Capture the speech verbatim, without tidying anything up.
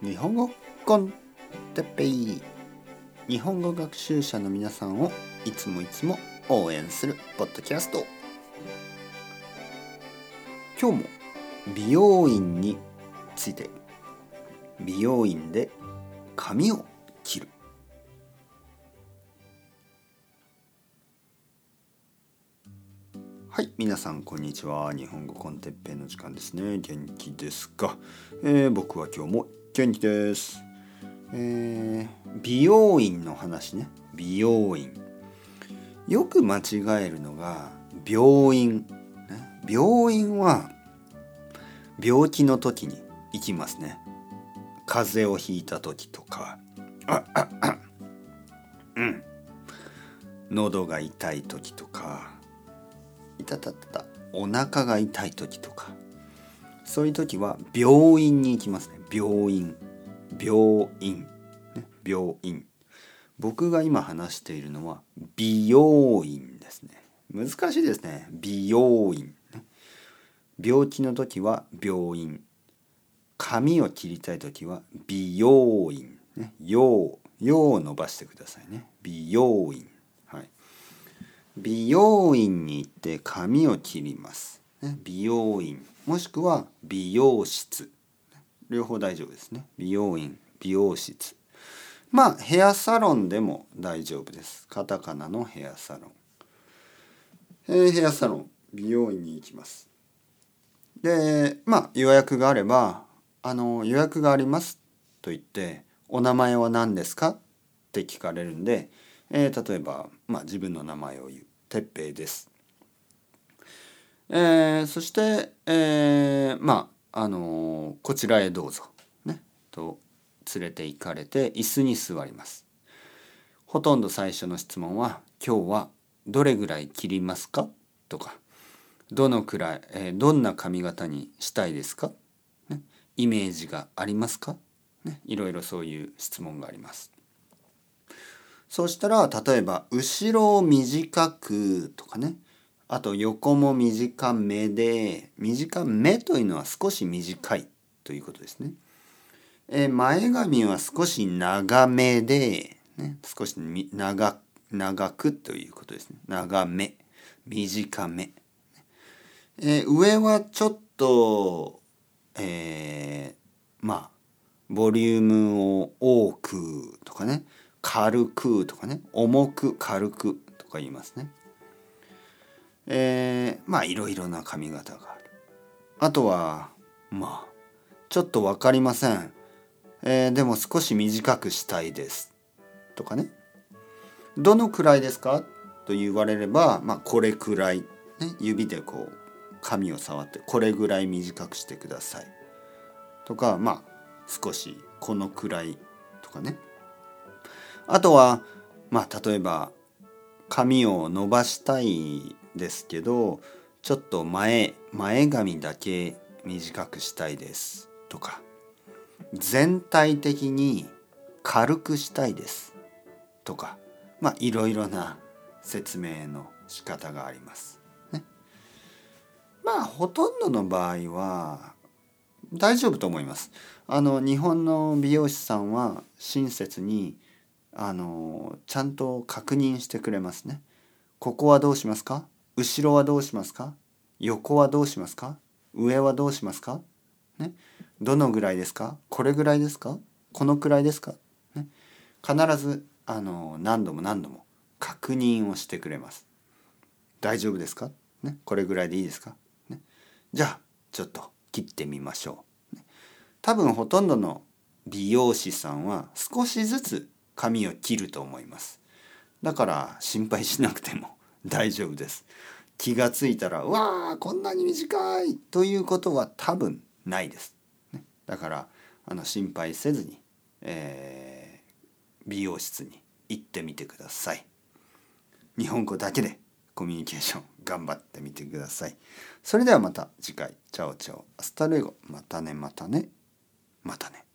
日本語コンテッペイ。日本語学習者の皆さんをいつもいつも応援するポッドキャスト。今日も美容院について。美容院で髪を切る。はい、皆さんこんにちは。日本語コンテッペイの時間ですね。元気ですか？えー、僕は今日も元気です。えー、美容院の話ね。美容院。よく間違えるのが病院、ね。病院は病気の時に行きますね。風邪をひいた時とか、あああうん、喉が痛い時とか、いたたたたお腹が痛い時とか、そういう時は病院に行きますね。病院。病院、ね、病院。僕が今話しているのは美容院ですね。難しいですね。美容院、ね、病気の時は病院。髪を切りたい時は美容院、ね、用用を伸ばしてくださいね。美容院、はい、美容院に行って髪を切ります、ね、美容院もしくは美容室、両方大丈夫ですね。美容院、美容室。まあヘアサロンでも大丈夫です。カタカナのヘアサロン、えー、ヘアサロン、美容院に行きます。でまあ予約があれば、あの予約がありますと言って、お名前は何ですかって聞かれるんで、えー、例えば、まあ、自分の名前を言う。てっぺいです。えー、そして、えー、まああのこちらへどうぞ、ね、と連れて行かれて椅子に座ります。ほとんど最初の質問は、今日はどれぐらい切りますかとか、どのくらい、えー、どんな髪型にしたいですか、ね、イメージがありますか、ね、いろいろそういう質問があります。そうしたら、例えば後ろを短くとかね、あと横も短めで、短めというのは少し短いということですね。えー、前髪は少し長めで、ね、少し長長くということですね。長め、短め。えー、上はちょっと、えー、まあボリュームを多くとかね、軽くとかね、重く軽くとか言いますね。えー、まあいろいろな髪型がある。あとはまあちょっとわかりません、えー、でも少し短くしたいですとかね。どのくらいですかと言われれば、まあこれくらい、ね、指でこう髪を触ってこれぐらい短くしてくださいとか、まあ少しこのくらいとかね。あとはまあ例えば髪を伸ばしたいですけど、ちょっと前前髪だけ短くしたいですとか、全体的に軽くしたいですとか、まあいろいろな説明の仕方があります、ね。まあほとんどの場合は大丈夫と思います。あの日本の美容師さんは親切にあのちゃんと確認してくれますね。ここはどうしますか？後ろはどうしますか？横はどうしますか？上はどうしますか？ね、どのぐらいですか？これぐらいですか？このくらいですか？ね、必ずあの何度も何度も確認をしてくれます。大丈夫ですか？ね、これぐらいでいいですか？ね、じゃあちょっと切ってみましょう。ね、多分ほとんどの美容師さんは少しずつ髪を切ると思います。だから心配しなくても大丈夫です。気がついたら、うわーこんなに短いということは多分ないです。ね、だからあの心配せずに、えー、美容室に行ってみてください。日本語だけでコミュニケーション頑張ってみてください。それではまた次回。チャオチャオ。アスタルエゴ。またねまたね。またね。